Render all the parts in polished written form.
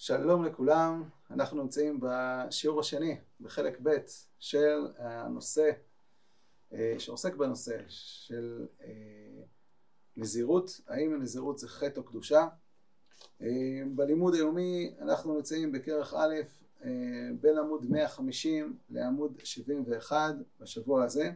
שלום לכולם, אנחנו נמצאים בשיעור השני בחלק ב' של הנושא שעוסק בנושא של נזירות, האם הנזירות זה חטא או קדושה. בלימוד היומי אנחנו נמצאים בכרך א' בין עמוד 150 לעמוד 71 בשבוע הזה.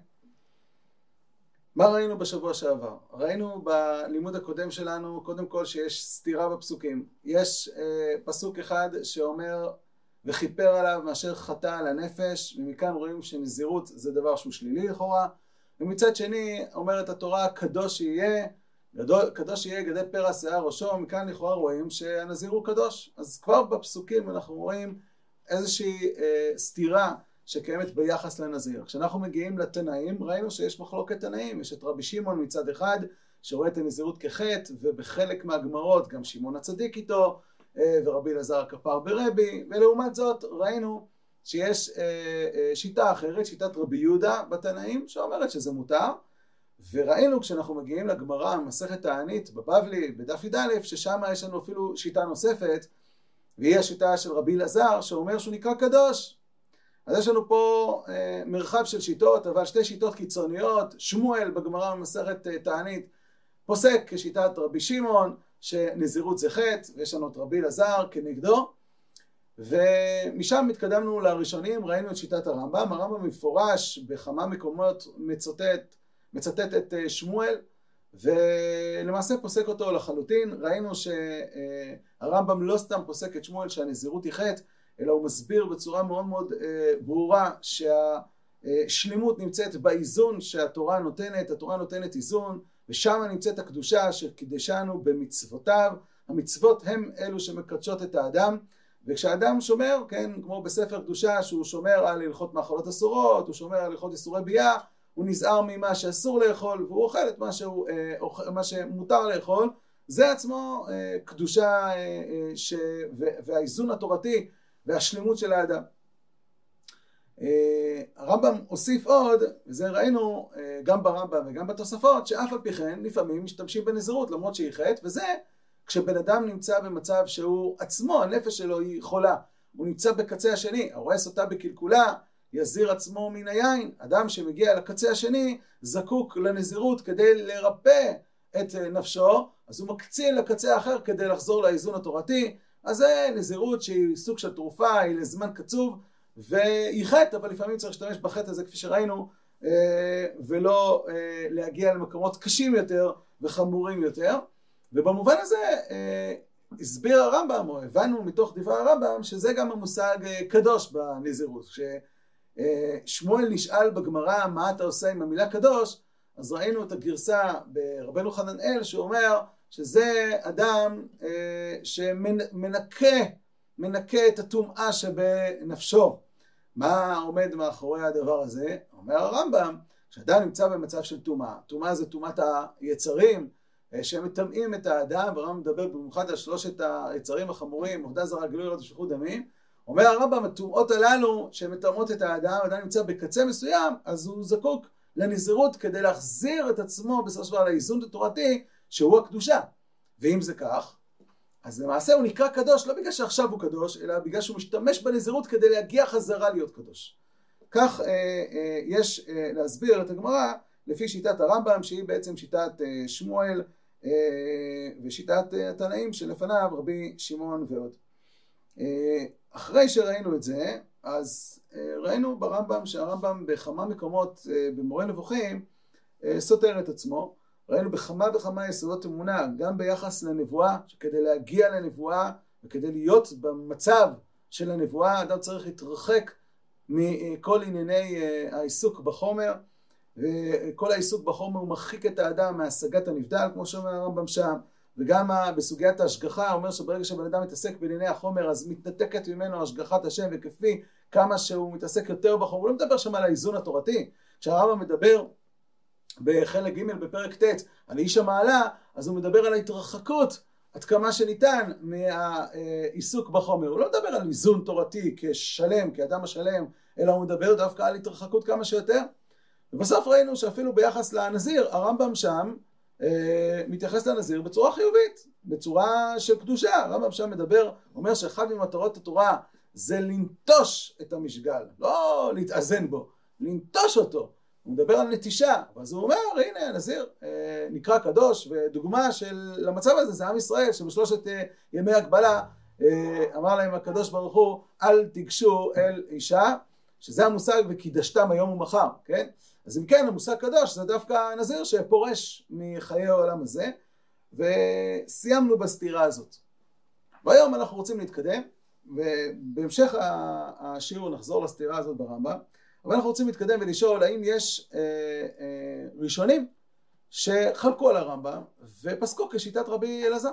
מה ראינו בשבוע שעבר? ראינו בלימוד הקודם שלנו קודם כל שיש סתירה בפסוקים. יש פסוק אחד שאומר וכיפר עליו מאשר חטא על הנפש, ומכאן רואים שנזירות זה דבר שהוא שלילי לכאורה. ומצד שני אומרת התורה קדוש יהיה, קדוש יהיה גדי פרע שיער ראשו, מכאן לכאורה רואים שהנזיר הוא קדוש. אז כבר בפסוקים אנחנו רואים איזושהי סתירה שקיימת ביחס לנזיר. כשאנחנו מגיעים לתנאים, ראינו שיש מחלוקת תנאים. יש את רבי שמעון מצד אחד, שרואה את הנזירות כחטא, ובחלק מהגמרות גם שמעון הצדיק איתו, ורבי אלעזר הכפר ברבי, ולעומת זאת ראינו שיש שיטה אחרת, שיטת רבי יהודה בתנאים, שאומרת שזה מותר, וראינו כשאנחנו מגיעים לגמרא, מסכת תענית בבבלי, בדף י"א, ששם יש לנו אפילו שיטה נוספת, והיא השיטה של רבי אלעזר, שאומר שהוא נקרא קדוש. אז יש לנו פה מרחב של שיטות, אבל שתי שיטות קיצוניות. שמואל בגמרא במסכת תענית פוסק כשיטת רבי שמעון שנזירות זה חטא, ויש לנו את רבי אלעזר כנגדו, ומשם התקדמנו לראשונים. ראינו את שיטת הרמב"ם. הרמב"ם מפורש בכמה מקומות מצטט את שמואל, ולמעשה פוסק אותו לחלוטין. ראינו שהרמב"ם לא סתם פוסק את שמואל שהנזירות היא חטא, אלא הוא מסביר בצורה מאוד מאוד ברורה שהשלימות נמצאת באיזון שהתורה נותנת. התורה נותנת איזון, ושם נמצאת הקדושה שקידשנו במצוותיו. המצוות הם אלו שמקדשות את האדם, וכשאדם שומר, כן, כמו בספר קדושה שהוא שומר על הלכות מאכלות אסורות, הוא שומר על הלכות איסורי ביאה, הוא נזהר ממה שאסור לאכול, והוא אוכל את מה שמותר לאכול. זה עצמו קדושה והאיזון התורתי והשלמות של האדם. הרמב"ם הוסיף עוד, וזה ראינו גם ברמב"ם וגם בתוספות, שאף על פי כן לפעמים משתמשים בנזירות למרות שהיא חטא, וזה כשבן אדם נמצא במצב שהוא עצמו, הנפש שלו היא חולה, הוא נמצא בקצה השני, הרואה סוטה בקלקולה, יזיר עצמו מן היין. אדם שמגיע לקצה השני זקוק לנזירות כדי לרפא את נפשו, אז הוא מקצין לקצה האחר כדי לחזור לאיזון התורתי. אז זה נזירות שהיא סוג של תרופה, היא לזמן קצוב, והיא חטא, אבל לפעמים צריך להשתמש בחטא הזה כפי שראינו, ולא להגיע למקומות קשים יותר וחמורים יותר. ובמובן הזה הסביר הרמב"ם, או הבנו מתוך דברי הרמב"ם, שזה גם המושג קדוש בנזירות. כששמואל נשאל בגמרא מה אתה עושה עם המילה קדוש, אז ראינו את הגרסה ברבנו חננאל שאומר שזה אדם שמנקה את הטומאה שבנפשו. מה עומד מאחורי הדבר הזה? אומר הרמב"ם, כשאדם נמצא במצב של טומאה, טומאה זה טומאת היצרים שמטמאים את האדם, והרמב"ם מדבר במיוחד על שלושת היצרים החמורים, עבודה זרה, גילוי עריות ושפיכות דמים. אומר הרמב"ם, הטומאות הללו שמטמאות את האדם, אדם נמצא בקצה מסוים, אז הוא זקוק לנזירות כדי להחזיר את עצמו בסופו של דבר לאיזון התורתי שהוא הקדושה. ואם זה כך, אז למעשה הוא נקרא קדוש לא בגלל שעכשיו הוא קדוש, אלא בגלל שהוא משתמש בנזירות כדי להגיע חזרה להיות קדוש. כך יש להסביר את הגמרא לפי שיטת הרמב"ם, שהיא בעצם שיטת שמואל ושיטת התנאים שלפניו רבי שמעון ועוד. אחרי שראינו את זה, אז ראינו ברמב"ם שהרמב"ם בכמה מקומות במורה נבוכים סותר את עצמו. ראינו בכמה וכמה יסודות אמונה, גם ביחס לנבואה, שכדי להגיע לנבואה וכדי להיות במצב של הנבואה, אדם צריך להתרחק מכל ענייני העיסוק בחומר, וכל העיסוק בחומר הוא מרחיק את האדם מהשגת הנבדל, כמו שאומר הרמב"ם שם. וגם בסוגיית ההשגחה, אומר שברגע שבן אדם מתעסק בענייני החומר, אז מתנתקת ממנו השגחת השם, וכפי כמה שהוא מתעסק יותר בחומר. הוא לא מדבר שם על האיזון התורתי. כשהרמב"ם מדבר בחלק ג' בפרק ט' על איש המעלה, אז הוא מדבר על ההתרחקות עד כמה שניתן מהעיסוק בחומר. הוא לא מדבר על איזון תורתי כשלם, כאדם השלם, אלא הוא מדבר דווקא על התרחקות כמה שיותר. ובסוף ראינו שאפילו ביחס לנזיר, הרמב"ם שם מתייחס לנזיר בצורה חיובית, בצורה של קדושה. הרמב"ם שם מדבר, אומר שאחד ממטרות התורה זה לנטוש את המשגל, לא להתאזן בו, לנטוש אותו. הוא מדבר על נטישה, אז הוא אומר, הנה הנזיר נקרא קדוש, ודוגמה של המצב הזה זה עם ישראל, שבשלושת ימי הגבלה אמר להם הקדוש ברוך הוא, אל תיגשו אל אישה, שזה המושג וקידשתם היום ומחר, כן? אז אם כן, המושג קדוש זה דווקא הנזיר שפורש מחיי העולם הזה, וסיימנו בסתירה הזאת. והיום אנחנו רוצים להתקדם, ובהמשך השיעור נחזור לסתירה הזאת ברמב"ם, אבל אנחנו רוצים להתקדם ולשאול האם יש ראשונים שחלקו על הרמב"ם ופסקו כשיטת רבי אלעזר.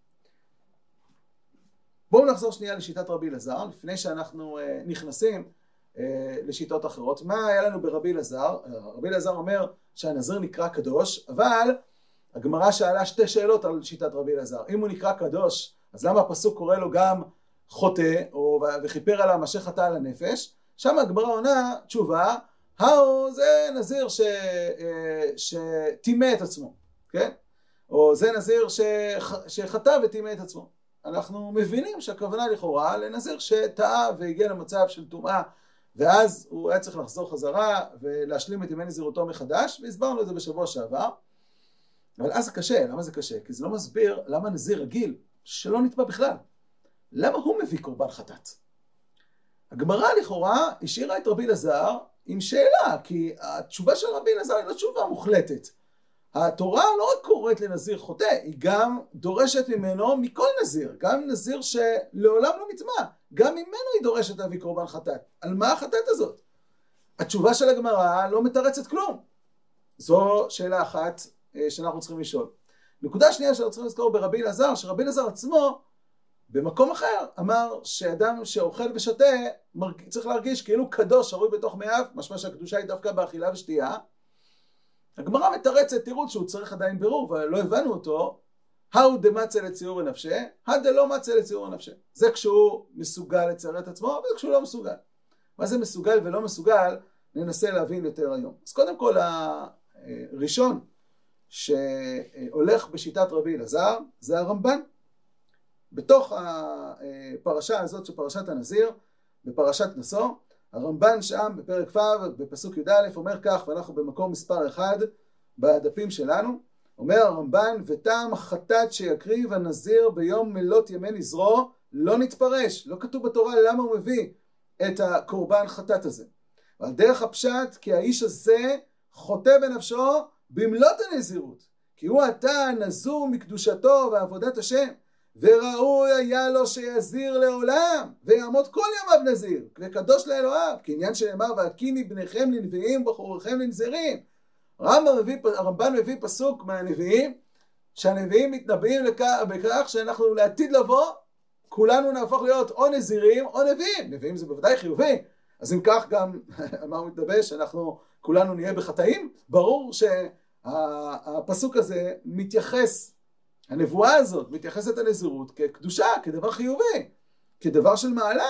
בואו נחזור שנייה לשיטת רבי אלעזר, לפני שאנחנו נכנסים לשיטות אחרות. מה היה לנו ברבי אלעזר? רבי אלעזר אומר שהנזיר נקרא קדוש, אבל הגמרא שאלה שתי שאלות על שיטת רבי אלעזר. אם הוא נקרא קדוש, אז למה הפסוק קורא לו גם חוטא, וכיפר עליו מה שחטא על הנפש? שם הגמרא עונה תשובה, זה נזיר שטימא את עצמו, כן? או זה נזיר שחטא וטימא את עצמו. אנחנו מבינים שהכוונה לכאורה לנזיר שטעה והגיע למצב של טומאה, ואז הוא היה צריך לחזור חזרה ולהשלים את ימי נזירותו מחדש, והסברנו את זה בשבוע שעבר. אבל אז זה קשה. למה זה קשה? כי זה לא מסביר למה נזיר רגיל שלא נטמא בכלל, למה הוא מביא קורבן חטאת? הגמרא לכאורה השאירה את רבי אלעזר עם שאלה, כי התשובה של רבי אלעזר היא לא תשובה מוחלטת. התורה לא רק קוראת לנזיר חוטא, היא גם דורשת ממנו מכל נזיר, גם נזיר שלעולם לא נטמא, גם ממנו היא דורשת להביא קורבן חטאת. על מה החטאת הזאת? התשובה של הגמרא לא מתרצת כלום. זו שאלה אחת שאנחנו צריכים לשאול. נקודה שנייה שאנחנו צריכים לזכור ברבי אלעזר, שרבי אלעזר עצמו במקום אחר אמר שאדם שאוכל ושותה צריך להרגיש כאילו קדוש שרוי בתוך מאיו, משמע שהקדושה היא דווקא באכילה ושתייה. הגמרא מתרצת תירוץ שהוא צריך עדיין בירור ולא הבנו אותו, ההו דמצא לציור נפשי, הדלא מצא לציור נפשי. זה כשהוא מסוגל לצייר את עצמו, וזה כשהוא לא מסוגל. מה זה מסוגל ולא מסוגל ננסה להבין יותר היום. אז קודם כל הראשון שהולך בשיטת רבי אלעזר זה הרמב"ן. בתוך הפרשה הזאת של פרשת הנזיר, בפרשת נשוא, הרמב"ן שם בפרק ו' בפסוק י"א אומר כך, ואנחנו במקום מספר 1 בדפים שלנו, אומר הרמב"ן, וטעם החטאת שיקריב הנזיר ביום מלות ימי נזרו לא נתפרש. לא כתוב בתורה למה הוא מביא את הקורבן חטאת הזה. אבל דרך הפשט כי האיש הזה חוטא בנפשו במלות הנזירות, כי הוא עתה נזור מקדושתו ועבודת השם, וראוי היה לו שיזיר לעולם ויעמוד כל ימיו נזיר וקדוש לאלוהיו, כעניין שנאמר והקימי בניכם לנביאים ובחוריכם לנזירים. הרמב"ן מביא פסוק מהנביאים שהנביאים מתנבאים בכך שאנחנו לעתיד לבוא כולנו נהפוך להיות או נזירים או נביאים. נביאים זה בוודאי חיובי, אז אם כך גם מה הוא מתנבא שאנחנו כולנו נהיה בחטאים? ברור שהפסוק הזה מתייחס, הנבואה הזאת מתייחסת לנזירות כקדושה, כדבר חיובי, כדבר של מעלה.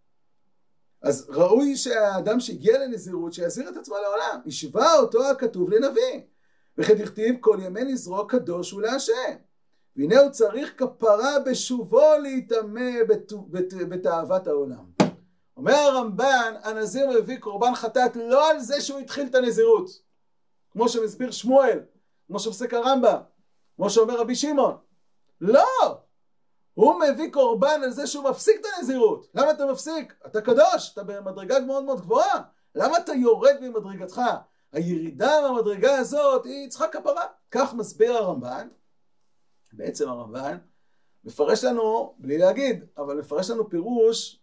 אז ראוי שהאדם שהגיע לנזירות שיזיר את עצמו לעולם, השווה אותו הכתוב לנביא, וכדכתיב כל ימי נזרו קדוש הוא להשם, והנה הוא צריך כפרה בשובו להיטמא בתאוות העולם. אומר הרמב"ן, הנזיר מביא קורבן חטאת לא על זה שהוא התחיל את הנזירות, כמו שמסביר שמואל, כמו שפסק הרמב"ם, כמו שאומר רבי שמעון. לא! הוא מביא קורבן על זה שהוא מפסיק את הנזירות. למה אתה מפסיק? אתה קדוש, אתה במדרגה מאוד מאוד גבוהה. למה אתה יורד ממדרגתך? הירידה מהמדרגה הזאת היא צריכה כפרה. כך מסביר הרמב"ן. בעצם הרמב"ן מפרש לנו, בלי להגיד, אבל מפרש לנו פירוש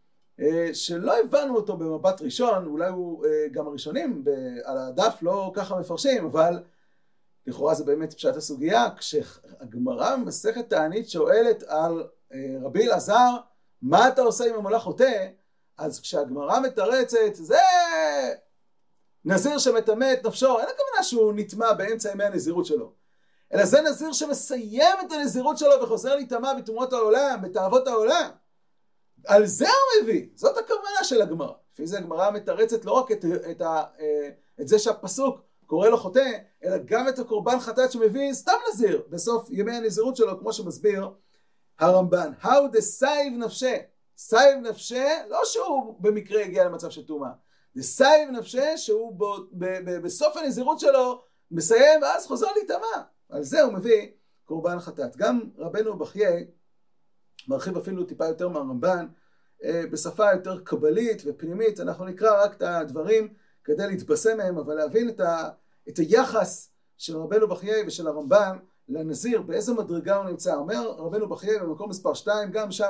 שלא הבנו אותו במבט ראשון, אולי הוא גם הראשונים על הדף לא ככה מפרשים, אבל לכאורה זה באמת פשט הסוגיה. כשהגמרא במסכת תענית שואלת על רבי אלעזר, מה אתה עושה אם המולך חוטא? אז כשהגמרא מתרצת, זה נזיר שמטמא את נפשו, אין הכוונה שהוא נטמא באמצע ימי הנזירות שלו, אלא זה נזיר שמסיים את הנזירות שלו וחוזר להיטמא בתאומות העולם, בתאוות העולם. על זה הוא מביא, זאת הכוונה של הגמרא. לפי זה הגמרא מתרצת לא רק את זה שהפסוק קורא לו חוטא, אלא גם את הקורבן חטאת שמביא סתם נזיר בסוף ימי הנזירות שלו, כמו שמסביר הרמב"ן. How דסייב נפשה, סייב נפשה, לא שהוא במקרה הגיע למצב של טומאה, דסייב נפשה שהוא בסוף הנזירות שלו מסיים ואז חוזר להיטמא, על זה הוא מביא קורבן חטאת. גם רבנו בחיי מרחיב אפילו טיפה יותר מהרמב"ן, בשפה יותר קבלית ופנימית. אנחנו נקרא רק את הדברים כדי להתבשם מהם, אבל להבין את היחס של רבנו בחיי ושל הרמב"ן לנזיר, באיזה מדרגה הוא נמצא. אומר רבנו בחיי במקום מספר 2, גם שם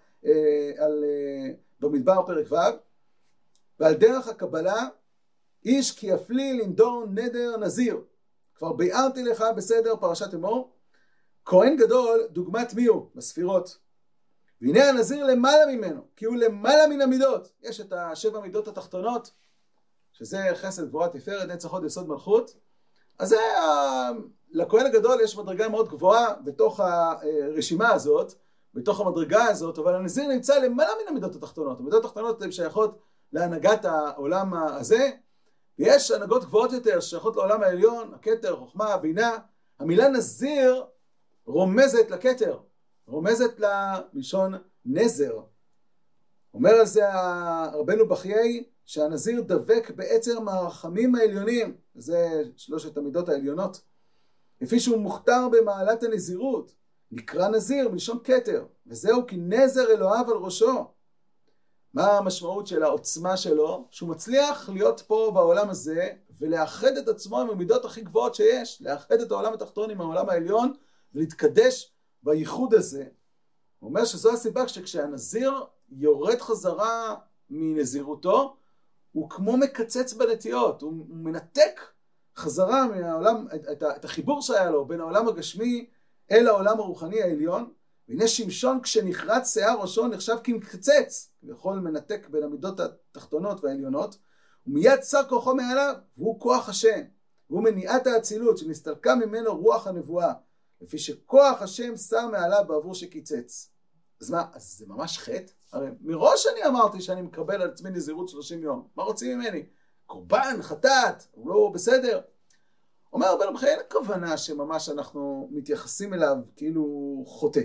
במדבר פרק ו', ועל דרך הקבלה, איש כי יפלי לנדור נדר נזיר. כבר ביארתי לך בסדר פרשת אמור, כהן גדול דוגמת מי הוא? בספירות. והנה הנזיר למעלה ממנו, כי הוא למעלה מן המידות. יש את 7 מידות התחתונות, שזה חסד גבורה תפארת נצח הוד יסוד מלכות. אז זה, לכהן הגדול יש מדרגה מאוד גבוהה בתוך הרשימה הזאת, בתוך המדרגה הזאת, אבל הנזיר נמצא למעלה מן המידות התחתונות. המידות התחתונות הן שייכות להנהגת העולם הזה, ויש הנהגות גבוהות יותר שייכות לעולם העליון, הכתר, חוכמה, בינה. המילה נזיר רומזת לכתר, רומזת ללשון נזר. אומר על זה רבנו בחיי שהנזיר דבק בעצר מהרחמים העליונים, זה 3 המידות העליונות, לפי שהוא מוכתר במעלת הנזירות, נקרא נזיר מלשון כתר, וזהו כי נזר אלוהיו על ראשו. מה המשמעות של העוצמה שלו? שהוא מצליח להיות פה בעולם הזה ולאחד את עצמו עם המידות הכי גבוהות שיש, לאחד את העולם התחתון עם העולם העליון ולהתקדש בייחוד הזה. הוא אומר שזו הסיבה שכשהנזיר יורד חזרה מנזירותו, הוא כמו מקצץ בנטיות, הוא מנתק חזרה מהעולם, את החיבור שהיה לו בין העולם הגשמי אל העולם הרוחני העליון. והנה שמשון כשנחרץ שיער ראשו נחשב כמקצץ, ויכול מנתק בין המידות התחתונות והעליונות, ומיד צר כוחו מעליו, והוא כוח השם, והוא מניעת האצילות שנסתלקה ממנו רוח הנבואה, לפי שכוח השם שר מעליו בעבור שקיצץ. אז מה, אז זה ממש חטא? הרי מראש אני אמרתי שאני מקבל על עצמי נזירות 30 יום, מה רוצים ממני? קורבן, חטאת, הוא לא בסדר. אומר רבנו בחיי, אין הכוונה שממש אנחנו מתייחסים אליו כאילו חוטא.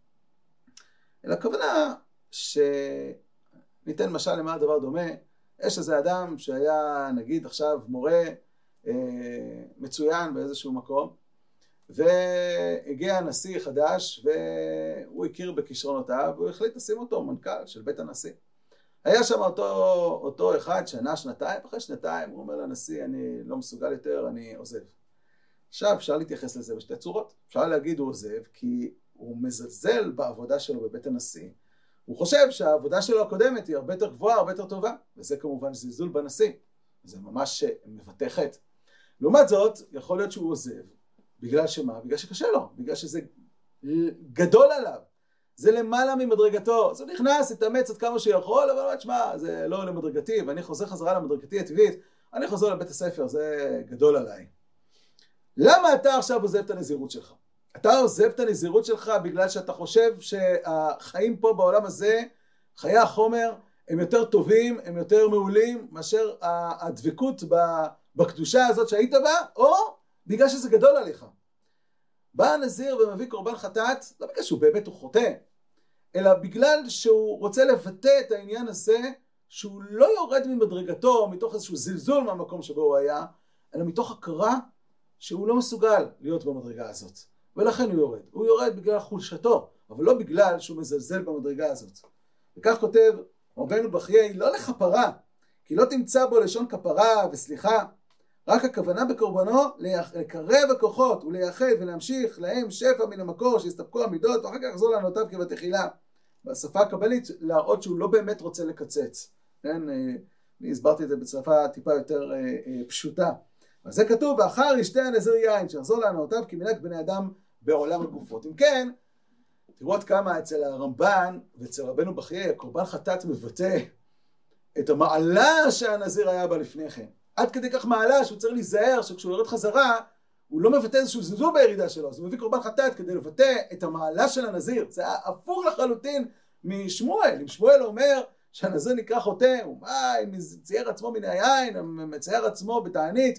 אלא הכוונה שניתן משל למה הדבר דומה. יש איזה אדם שהיה נגיד עכשיו מורה מצוין באיזשהו מקום, והגיע נשיא חדש והוא הכיר בכישרונותיו והוא החליט לשים אותו מנכ"ל של בית הנשיא. היה שם אותו אחד שנה, שנתיים, אחרי שנתיים הוא אומר לנשיא אני לא מסוגל יותר, אני עוזב. עכשיו אפשר להתייחס לזה בשתי צורות. אפשר להגיד הוא עוזב כי הוא מזלזל בעבודה שלו בבית הנשיא, הוא חושב שהעבודה שלו הקודמת היא הרבה יותר גבוהה, הרבה יותר טובה, וזה כמובן זלזול בנשיא, זה ממש מבטא חטא. לעומת זאת, יכול להיות שהוא עוזב, בגלל שמה? בגלל שקשה לו, בגלל שזה גדול עליו, זה למעלה ממדרגתו, אז הוא נכנס, התאמץ עד כמה שיכול, אבל לא, תשמע, זה לא למדרגתי, ואני חוזר חזרה למדרגתי הטבעית, אני חוזר לבית הספר, זה גדול עליי. למה אתה עכשיו עוזב את הנזירות שלך? אתה עוזב את הנזירות שלך בגלל שאתה חושב שהחיים פה בעולם הזה, חיי החומר, הם יותר טובים, הם יותר מעולים, מאשר הדבקות בקדושה הזאת שהיית בה, או בגלל שזה גדול עליך. בא הנזיר ומביא קורבן חטאת, לא בגלל שהוא באמת הוא חוטא, אלא בגלל שהוא רוצה לבטא את העניין הזה, שהוא לא יורד ממדרגתו, מתוך איזשהו זלזול מהמקום שבו הוא היה, אלא מתוך הכרה שהוא לא מסוגל להיות במדרגה הזאת. ולכן הוא יורד. הוא יורד בגלל חולשתו, אבל לא בגלל שהוא מזלזל במדרגה הזאת. וכך כותב רבנו בחיי, לא לכפרה, כי לא תמצא בו לשון כפרה וסליחה, רק הכוונה בקורבנו לקרב הכוחות ולייחד ולהמשיך להם שפע מן המקור שיסתפקו המידות, ואחר כך יחזור לענותיו כבתחילה. בשפה הקבלית להראות שהוא לא באמת רוצה לקצץ. כן? אני הסברתי את זה בשפה טיפה יותר פשוטה. אז זה כתוב, ואחר ישתה הנזיר יין, שיחזור לענותיו כמנהג בני אדם בעולם הגופות. אם כן, תראו עד כמה אצל הרמב"ן ואצל רבנו בחיי, הקורבן חטאת מבטא את המעלה שהנזיר היה בה לפני כן. עד כדי כך מעלה שהוא צריך להיזהר שכשהוא יורד חזרה, הוא לא מבטא איזשהו זלזול בירידה שלו, אז הוא מביא קורבן חטאת כדי לבטא את המעלה של הנזיר. זה הפוך לחלוטין משמואל. אם שמואל אומר שהנזיר נקרא חוטא, הוא צייר עצמו מן היין, מצייר עצמו בתענית,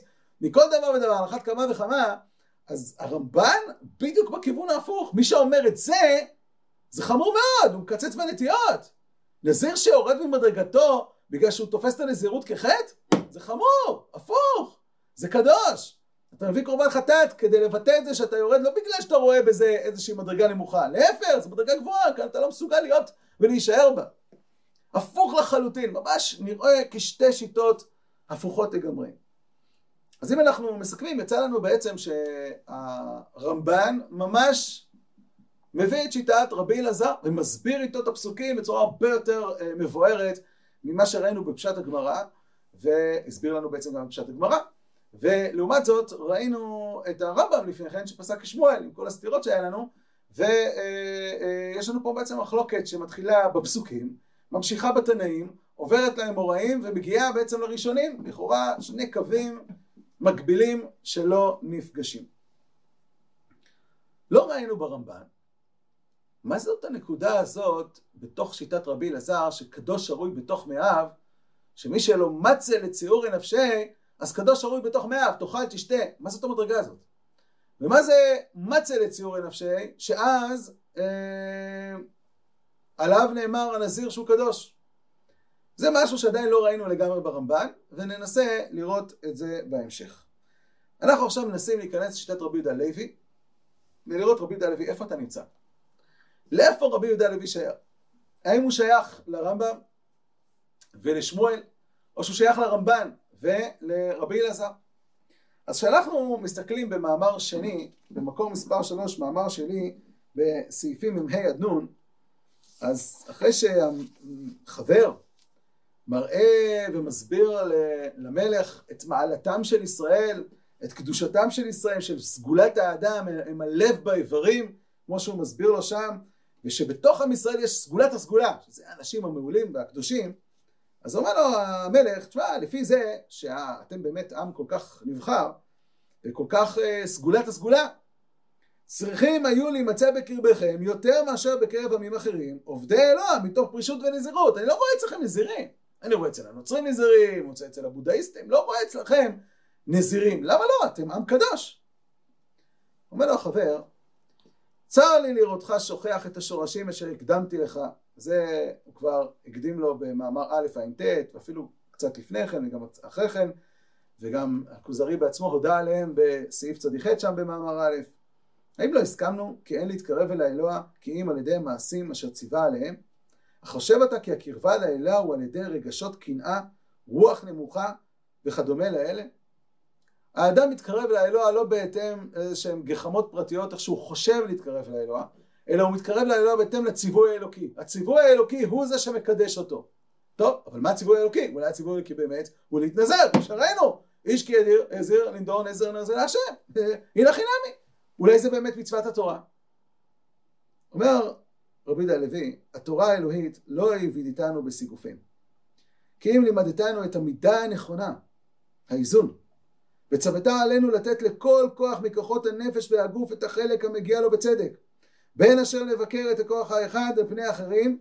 מכל דבר ודבר, על אחת כמה וכמה, אז הרמב"ן בדיוק בכיוון ההפוך. מי שאומר את זה חמור מאוד, הוא מקצץ בנטיות. נזיר שיורד ממדרגתו בגלל שהוא תופס את הנזירות כחטא, זה חמור, הפוך, זה קדוש. אתה מביא קורבן חטאת כדי לבטא את זה שאתה יורד, לא בגלל שאתה רואה בזה איזושהי מדרגה נמוכה, להפך, זו מדרגה גבוהה, כאן אתה לא מסוגל להיות ולהישאר בה. הפוך לחלוטין, ממש נראה כשתי שיטות הפוכות לגמרי. אז אם אנחנו מסכמים, יצא לנו בעצם שהרמב"ן ממש מביא את שיטת רבי אלעזר ומסביר איתו את הפסוקים בצורה הרבה יותר מבוארת ממה שראינו בפשט הגמרא, והסביר לנו בעצם גם בפשט הגמרא. ולעומת זאת ראינו את הרמב"ם לפני כן שפסק כשמואל עם כל הסתירות שהיה לנו, ויש לנו פה בעצם מחלוקת שמתחילה בפסוקים, ממשיכה בתנאים, עוברת לאמוראים ומגיעה בעצם לראשונים, לכאורה שני קווים מקבילים שלא נפגשים. לא ראינו ברמב"ן מה זאת הנקודה הזאת בתוך שיטת רבי אלעזר שקדוש שרוי בתוך מאיו, שמי שלא מצא לציורי נפשי אז קדוש שרוי בתוך מאיו, תאכל תשתה. מה זאת המדרגה הזאת? ומה זה מצא לציורי נפשי, שאז עליו נאמר הנזיר שהוא קדוש? זה משהו שעדיין לא ראינו לגמרי ברמב"ן, וננסה לראות את זה בהמשך. אנחנו עכשיו מנסים להיכנס לשיטת רבי יהודה הלוי, ולראות רבי יהודה הלוי, איפה אתה נמצא? לאיפה רבי יהודה הלוי שייך? האם הוא שייך לרמב"ם ולשמואל, או שהוא שייך לרמב"ן ולרבי אלעזר? אז כשאנחנו מסתכלים במאמר שני, במקור מספר 3, מאמר שלי, בסעיפים מ"ה עד נ', אז אחרי שהחבר מראה ומסביר למלך את מעלתם של ישראל, את קדושתם של ישראל, של סגולת האדם, הם הלב באיברים, כמו שהוא מסביר לו שם, ושבתוך עם ישראל יש סגולת הסגולה, שזה האנשים המעולים והקדושים, אז אומר לו המלך, תשמע, לפי זה שאתם באמת עם כל כך נבחר, וכל כך סגולת הסגולה, צריכים היו להימצא בקרבכם יותר מאשר בקרב עמים אחרים, עובדי אלוה מתוך פרישות ונזירות. אני לא רואה אצלכם נזירים, אני רואה אצל הנוצרים נזירים, רואה אצל הבודהיסטים, לא רואה אצלכם נזירים. למה לא? אתם עם קדוש. אומר לו החבר, צר לי לראותך שוכח את השורשים אשר הקדמתי לך. זה הוא כבר הקדים לו במאמר א' ע"ט, ואפילו קצת לפני כן וגם אחרי כן, וגם הכוזרי בעצמו הודע עליהם בסעיף צדיח שם במאמר א'. האם לא הסכמנו כי אין להתקרב אל האלוה כי אם על ידי מעשים אשר ציווה עליהם? החושב אתה כי הקרבה לאלוה הוא על ידי רגשות קנאה, רוח נמוכה וכדומה לאלה? האדם מתקרב לאלוה לא בהתאם איזשהם גחמות פרטיות איך שהוא חושב להתקרב לאלוה, אלא הוא מתקרב לאלוה בהתאם לציווי האלוקי. הציווי האלוקי הוא זה שמקדש אותו. טוב, אבל מה הציווי האלוקי? אולי הציווי האלוקי באמת הוא להתנזר, כמו שראינו, איש כי יזיר לנדור נזר נזר להשם, הנה חינמי. אולי זה באמת מצוות התורה. אומר רבי יהודה הלוי, התורה האלוהית לא העבידתנו בסיגופים, כי אם לימדתנו את המידה הנכונה, האיזון, וצוותה עלינו לתת לכל כוח מכוחות הנפש והגוף את החלק המגיע לו בצדק, בין אשר נבקר את הכוח האחד על פני האחרים,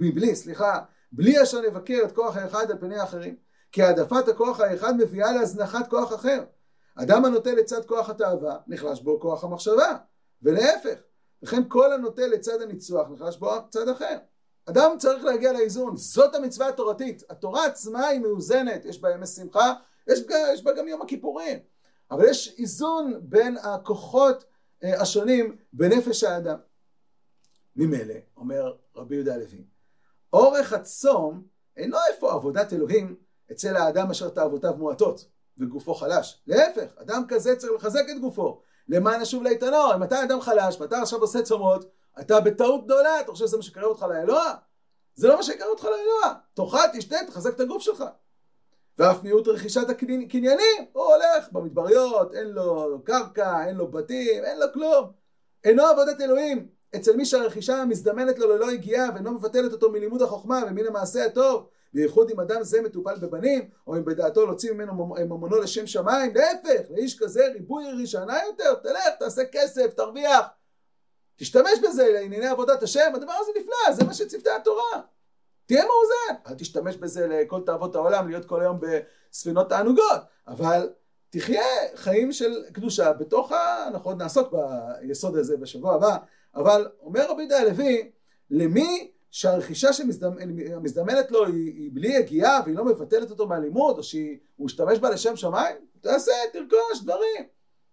בלי אשר נבקר את כוח האחד על פני האחרים, כי העדפת הכוח האחד מביאה להזנחת כוח אחר. אדם הנוטה לצד כוח התאווה, נחלש בו כוח המחשבה, ולהפך. לכן כל הנוטה לצד הניצוח, נחלש בו צד אחר. אדם צריך להגיע לאיזון, זאת המצווה התורתית. התורה עצמה היא מאוזנת, יש בה ימי שמחה, יש בה גם יום הכיפורים. אבל יש איזון בין הכוחות השונים בנפש האדם. ממילא, אומר רבי יהודה הלוי, אורך הצום אינו איפה עבודת אלוהים אצל האדם אשר תאוותיו מועטות וגופו חלש. להפך, אדם כזה צריך לחזק את גופו למען נשוב לאיתנו. אם אתה אדם חלש ואתה עכשיו עושה צומות, אתה בטעות גדולה. אתה חושב שזה מה שקרב אותך לאלוה? זה לא מה שקרב אותך לאלוה. תאכל, תשתה, תחזק את הגוף שלך. ואף מיעוט רכישת הקניינים, הוא הולך במדבריות, אין לו קרקע, אין לו בתים, אין לו כלום. אינו עבודת אלוהים אצל מי שהרכישה המזדמנת לו ללא הגיעה ואינו מבטלת אותו מלימוד החוכמה ומן המעשה הטוב, בייחוד אם אדם זה מטופל בבנים, או אם בדעתו להוציא ממנו ממונו לשם שמיים. להפך, לאיש כזה ריבוי ראשונה יותר, תלך, תעשה כסף, תרוויח, תשתמש בזה לענייני עבודת השם. הדבר הזה נפלא, זה מה שצוותה התורה. תהיה מאוזן, אל תשתמש בזה לכל תאוות העולם, להיות כל היום בספינות תענוגות, אבל תחיה חיים של קדושה בתוך אנחנו עוד נעסוק ביסוד הזה בשבוע הבא, אבל אומר רבי יהודה הלוי, למי שהרכישה שמזדמנת לו היא בלי הגיעה והיא לא מבטלת אותו מהלימוד, או שהוא משתמש בה לשם שמיים, תעשה, תרכוש דברים.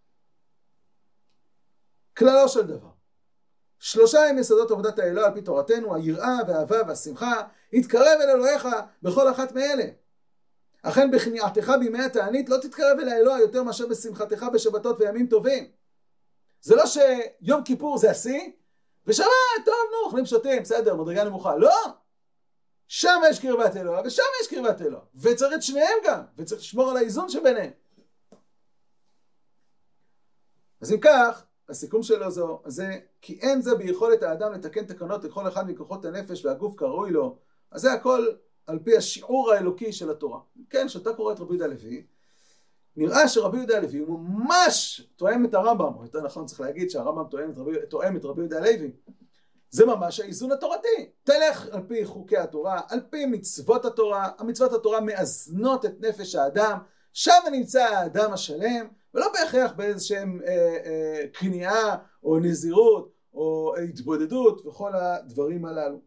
כללו של דבר. 3 הם יסודות עבודת האלוה על פי תורתנו, היראה והאהבה והשמחה, התקרב אל אלוהיך בכל אחת מאלה. אכן בכניעתך בימי התענית לא תתקרב אל האלוה יותר מאשר בשמחתך בשבתות וימים טובים. זה לא שיום כיפור זה השיא, ושבת, טוב, נו, אוכלים שותים, בסדר, מדרגה נמוכה. לא! שם יש קרבת אלוה, ושם יש קרבת אלוה. וצריך את שניהם גם, וצריך לשמור על האיזון שביניהם. אז אם כך, הסיכום שלו זה, כי אין זה ביכולת האדם לתקן תקנות לכל אחד מכוחות הנפש והגוף כראוי לו. אז זה הכל על פי השיעור האלוקי של התורה. כן, שאתה קורא את רבי יהודה הלוי, נראה שרבי יהודה הלוי הוא ממש תואם את הרמב"ם, או יותר נכון צריך להגיד שהרמב"ם תואם את רבי יהודה הלוי. זה ממש האיזון התורתי. תלך על פי חוקי התורה, על פי מצוות התורה, המצוות התורה מאזנות את נפש האדם, שם נמצא האדם השלם, ולא בהכרח באיזשהם כניעה או נזירות או התבודדות וכל הדברים הללו.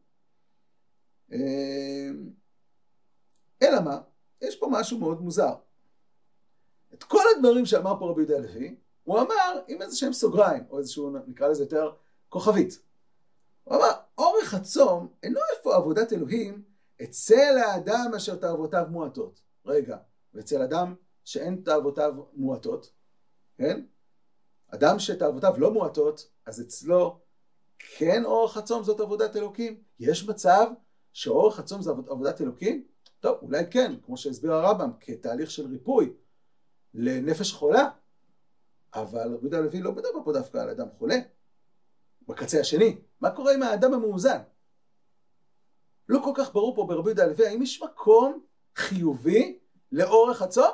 אלא מה? יש פה משהו מאוד מוזר. את כל הדברים שאמר פה רבי יהודה הלוי, הוא אמר עם איזשהם סוגריים, או איזשהו נקרא לזה יותר כוכבית. הוא אמר, אורך הצום אינו איפה עבודת אלוהים אצל האדם אשר תאוותיו מועטות. רגע, ואצל אדם שאין תאוותיו מועטות, כן? אדם שתאוותיו לא מועטות, אז אצלו כן אורך הצום זאת עבודת אלוקים? יש מצב שאורך הצום זאת עבודת אלוקים? טוב, אולי כן, כמו שהסביר הרמב"ם, כתהליך של ריפוי לנפש חולה. אבל רבי יהודה הלוי לא מדבר פה דווקא על אדם חולה. בקצה השני, מה קורה עם האדם המאוזן? לא כל כך ברור פה ברבי יהודה הלוי, האם יש מקום חיובי לאורך הצום?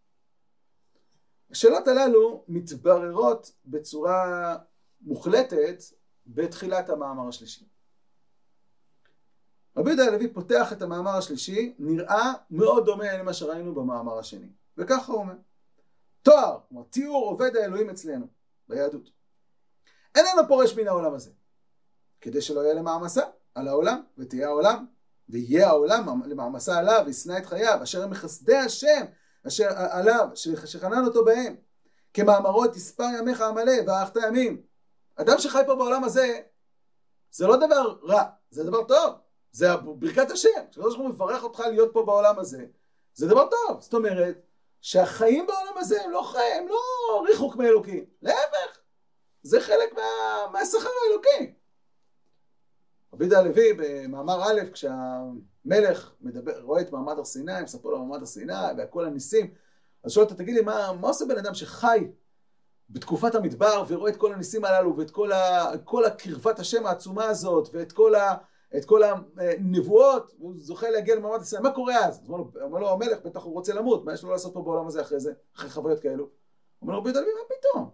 השאלות הללו מתבררות בצורה מוחלטת בתחילת המאמר השלישי. רבי יהודה הלוי פותח את המאמר השלישי, נראה מאוד דומה למה שראינו במאמר השני. וככה הוא אומר, תואר, כמו תיאור עובד האלוהים אצלנו, ביהדות. איננו פורש מן העולם הזה, כדי שלא יהיה למעמסה על העולם, ותהיה העולם, ויהיה העולם למעמסה עליו, וישנא את חייו, אשר הם מחסדי השם, אשר עליו, שחנן אותו בהם, כמאמרו תספר ימיך המלא, ואהבת ימים. אדם שחי פה בעולם הזה, זה לא דבר רע, זה דבר טוב, זה ברכת השם, כשקדוש ברוך הוא מברך אותך להיות פה בעולם הזה, זה דבר טוב. זאת אומרת, שהחיים בעולם הזה הם לא ריחוק מאלוקים, להפך, זה חלק מהשכר האלוקי. רבי יהודה הלוי במאמר א', כשהמלך רואה את מעמד הר סיני, מספר לו מעמד הר סיני והכל הניסים, אז שואל אותו, תגיד לי, מה עושה בן אדם שחי בתקופת המדבר ורואה את כל הניסים הללו ואת כל הקרבת השם העצומה הזאת ואת כל הנבואות, הוא זוכה להגיע למעמד הר סיני, מה קורה אז? אומר לו המלך, בטח הוא רוצה למות, מה יש לו לעשות פה בעולם הזה אחרי זה, אחרי חוויות כאלו? אומר לו רבי יהודה הלוי, מה פתאום?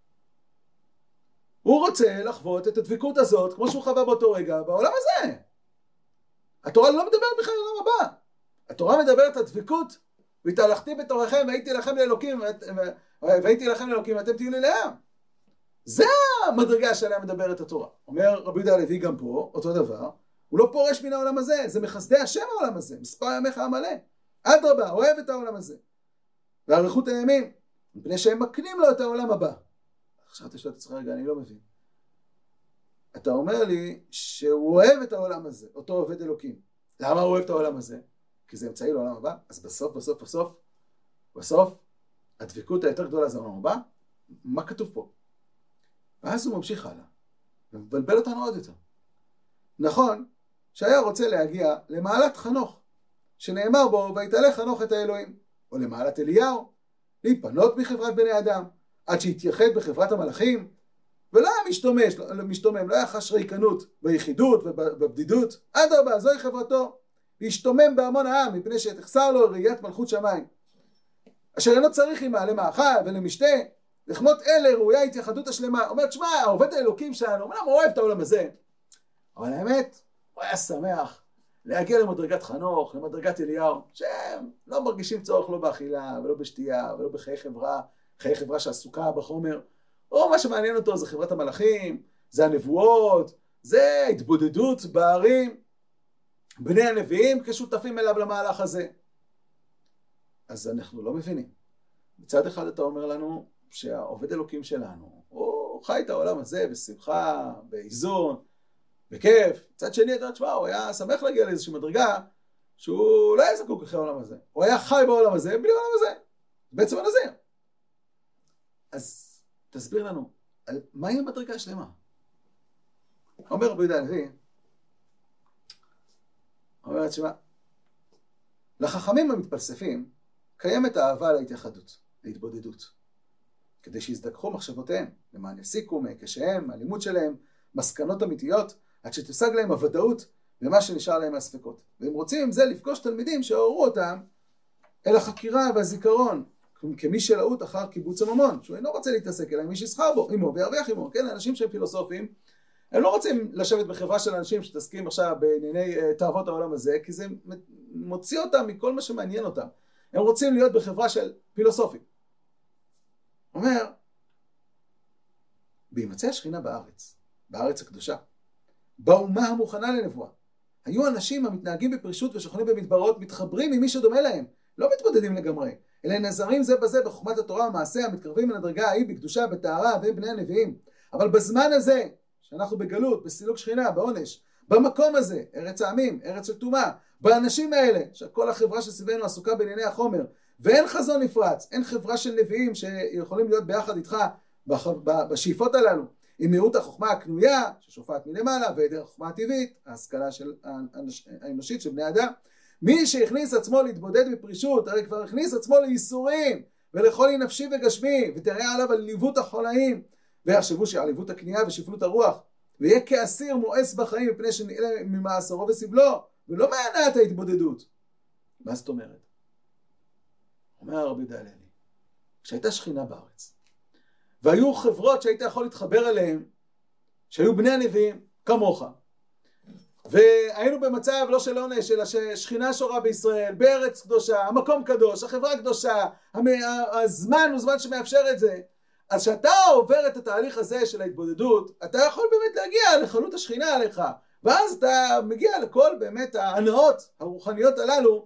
הוא רוצה לחוות את הדבקות הזאת כמו שהוא חווה באותו רגע בעולם הזה. התורה לא מדברת בכלל על העולם הבא. התורה מדברת על דבקות, והתהלכתי בתורכם והייתי לכם לאלוקים ואתם תהיו לי לעם. זה המדרגה שעליה מדברת התורה. אומר רבי יהודה הלוי גם פה, אותו דבר, הוא לא פורש מן העולם הזה, זה מחסדי השם העולם הזה, מספר ימיך המלא. אדרבה, אוהב את העולם הזה. ואריכות הימים, מפני שהם מקנים לו את העולם הבא. עכשיו אתה שואל את עצמך, רגע, אני לא מבין. אתה אומר לי שהוא אוהב את העולם הזה, אותו עובד אלוקים. למה הוא אוהב את העולם הזה? כי זה אמצעי לעולם הבא. אז בסוף, הדבקות היותר גדולה זה העולם הבא. מה כתוב פה? ואז הוא ממשיך הלאה. ומבלבל אותנו עוד יותר. נכון שהיה רוצה להגיע למעלת חנוך, שנאמר בו, ויתהלך חנוך את האלוהים. או למעלת אליהו, להיפנות מחברת בני אדם. עד שהתייחד בחברת המלאכים, ולא היה משתומם, לא היה חש ריקנות ביחידות ובבדידות, אדרבה, זוהי חברתו, להשתומם בהמון העם, מפני שתחסר לו ראיית מלכות שמיים, אשר אינו צריך עמה למאכל ולמשתה, לכמות אלה ראויה התייחדות השלמה. אומרת, שמע, העובד האלוקים שלנו, אומנם הוא אוהב את העולם הזה, אבל האמת, הוא היה שמח להגיע למדרגת חנוך, למדרגת אליהו, שהם לא מרגישים צורך לא באכילה ולא בשתייה ולא בחיי חברה, חיי חברה שעסוקה בחומר, או מה שמעניין אותו זה חברת המלאכים, זה הנבואות, זה התבודדות בערים, בני הנביאים כשותפים אליו למהלך הזה. אז אנחנו לא מבינים. מצד אחד אתה אומר לנו שהעובד אלוקים שלנו, הוא חי את העולם הזה בשמחה, באיזון, בכיף. מצד שני, אתה תשמע, הוא היה שמח להגיע לאיזושהי מדרגה, שהוא לא היה זקוק אחרי העולם הזה. הוא היה חי בעולם הזה, בלי העולם הזה. בעצם הנזיר. אז תסביר לנו, על מהי המדרגה השלמה? אומר רבי יהודה הלוי, אומר, תשמע, לחכמים המתפלספים, קיימת האהבה להתייחדות, להתבודדות, כדי שיזדכחו מחשבותיהם, למען יסיקו מהיקשיהם, מהלימוד שלהם, מסקנות אמיתיות, עד שתושג להם הוודאות במה שנשאר להם מהספקות. והם רוצים עם זה לפגוש תלמידים שעוררו אותם אל החקירה והזיכרון, כמי שלאות אחר קיבוץ הממון, שהוא אינו רוצה להתעסק אלא עם מי שיסחר בו, עמו וירוויח עמו. כן, אנשים שהם פילוסופים, הם לא רוצים לשבת בחברה של אנשים שתסכים עכשיו בענייני תאוות העולם הזה, כי זה מוציא אותם מכל מה שמעניין אותם. הם רוצים להיות בחברה של פילוסופים. אומר, בהימצא השכינה בארץ, בארץ הקדושה, באומה המוכנה לנבואה, היו אנשים המתנהגים בפרישות ושוכנים במדברות, מתחברים עם מי שדומה להם, לא מתמודדים לגמרי, אלא נזרים זה בזה בחוכמת התורה ומעשה, המתקרבים אל הדרגה ההיא בקדושה, בטהרה ובני הנביאים. אבל בזמן הזה, שאנחנו בגלות, בסילוק שכינה, בעונש, במקום הזה, ארץ העמים, ארץ של טומאה, באנשים האלה, שכל החברה שסביבנו עסוקה בענייני החומר, ואין חזון נפרץ, אין חברה של נביאים שיכולים להיות ביחד איתך בשאיפות הללו, עם מיעוט החוכמה הקנויה, ששופעת מלמעלה, והיעדר החוכמה הטבעית, ההשכלה האנושית של בני אדם. מי שהכניס עצמו להתבודד בפרישות, הרי כבר הכניס עצמו לייסורים, ולחולי נפשי וגשמי, ותראה עליו על ליוות החולאים, ויחשבו שעליבות הקנייה ושפלות הרוח, ויהיה כאסיר מואס בחיים מפני שנעלה ממאסרו וסבלו, ולא מהנעת ההתבודדות. מה זאת אומרת? אומר רבי יהודה הלוי, כשהייתה שכינה בארץ, והיו חברות שהיית יכול להתחבר אליהן, שהיו בני הנביאים כמוך, והיינו במצב לא של עונש, אלא ששכינה שורה בישראל, בארץ קדושה, המקום קדוש, החברה קדושה, הזמן הוא זמן שמאפשר את זה. אז שאתה עובר את התהליך הזה של ההתבודדות, אתה יכול באמת להגיע לחנות השכינה עליך, ואז אתה מגיע לכל באמת ההנאות הרוחניות הללו,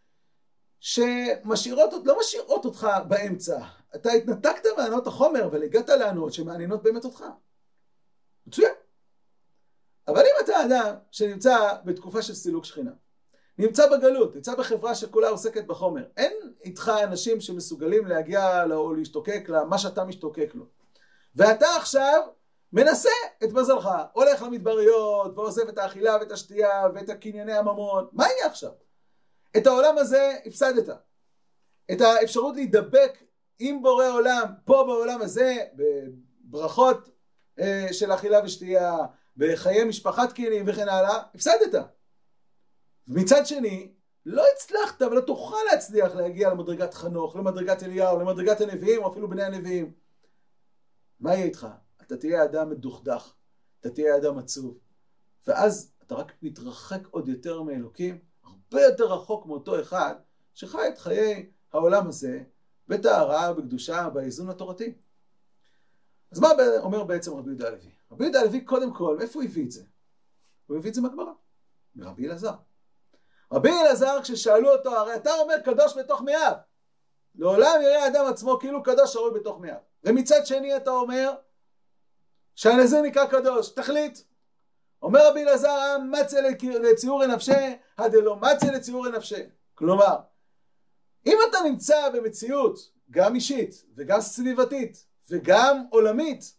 שמשאירות, לא משאירות אותך באמצע. אתה התנתקת מהנאות החומר, אבל הגעת להנאות שמעניינות באמת אותך. מצוין. אבל אם אתה אדם שנמצא בתקופה של סילוק שכינה, נמצא בגלות, נמצא בחברה שכולה עוסקת בחומר, אין איתך אנשים שמסוגלים להגיע או להשתוקק למה שאתה משתוקק לו. ואתה עכשיו מנסה את מזלך, הולך למדבריות ועוזב את האכילה ואת השתייה ואת הקנייני הממון. מה יהיה עכשיו? את העולם הזה הפסדת. את האפשרות להידבק עם בורא עולם, פה בעולם הזה, בברכות של אכילה ושתייה, בחיי משפחת קיינים וכן הלאה, הפסדת. ומצד שני, לא הצלחת ולא תוכל להצליח להגיע למדרגת חנוך, למדרגת אליהו, למדרגת הנביאים או אפילו בני הנביאים. מה יהיה איתך? אתה תהיה אדם מדוכדך, אתה תהיה אדם עצוב, ואז אתה רק מתרחק עוד יותר מאלוקים, הרבה יותר רחוק מאותו אחד שחי את חיי העולם הזה בטהרה, בקדושה, באיזון התורתי. אז מה אומר בעצם רבי יהודה הלוי? רבי יהודה הלוי קודם כל, מאיפה הוא הביא את זה? הוא הביא את זה מהגמרא, מרבי אלעזר. רבי אלעזר כששאלו אותו, הרי אתה אומר קדוש בתוך מאיו, לעולם יראה האדם עצמו כאילו קדוש שרוי בתוך מאיו, ומצד שני אתה אומר שהנזיר נקרא קדוש, תחליט. אומר רבי אלעזר, מצא לציורי נפשי, הדלא מצא לציורי נפשי. כלומר, אם אתה נמצא במציאות גם אישית וגם סביבתית וגם עולמית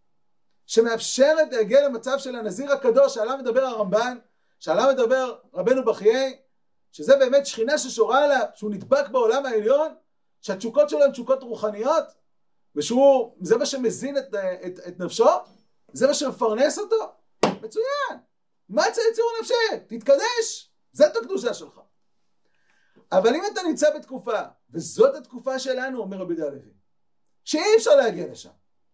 שמאפשרת להגיע למצב של הנזיר הקדוש שעליו מדבר הרמב"ן, שעליו מדבר רבנו בחיי, שזה באמת שכינה ששורה עליו, שהוא נדבק בעולם העליון, שהתשוקות שלו הן תשוקות רוחניות, וזה מה שמזין את נפשו, זה מה שמפרנס אותו, מצוין. מצא לציור נפשי, תתקדש, זאת הקדושה שלך. אבל אם אתה נמצא בתקופה, וזאת התקופה שלנו, אומר רבי יהודה הלוי, שאי אפשר להגיע לשם.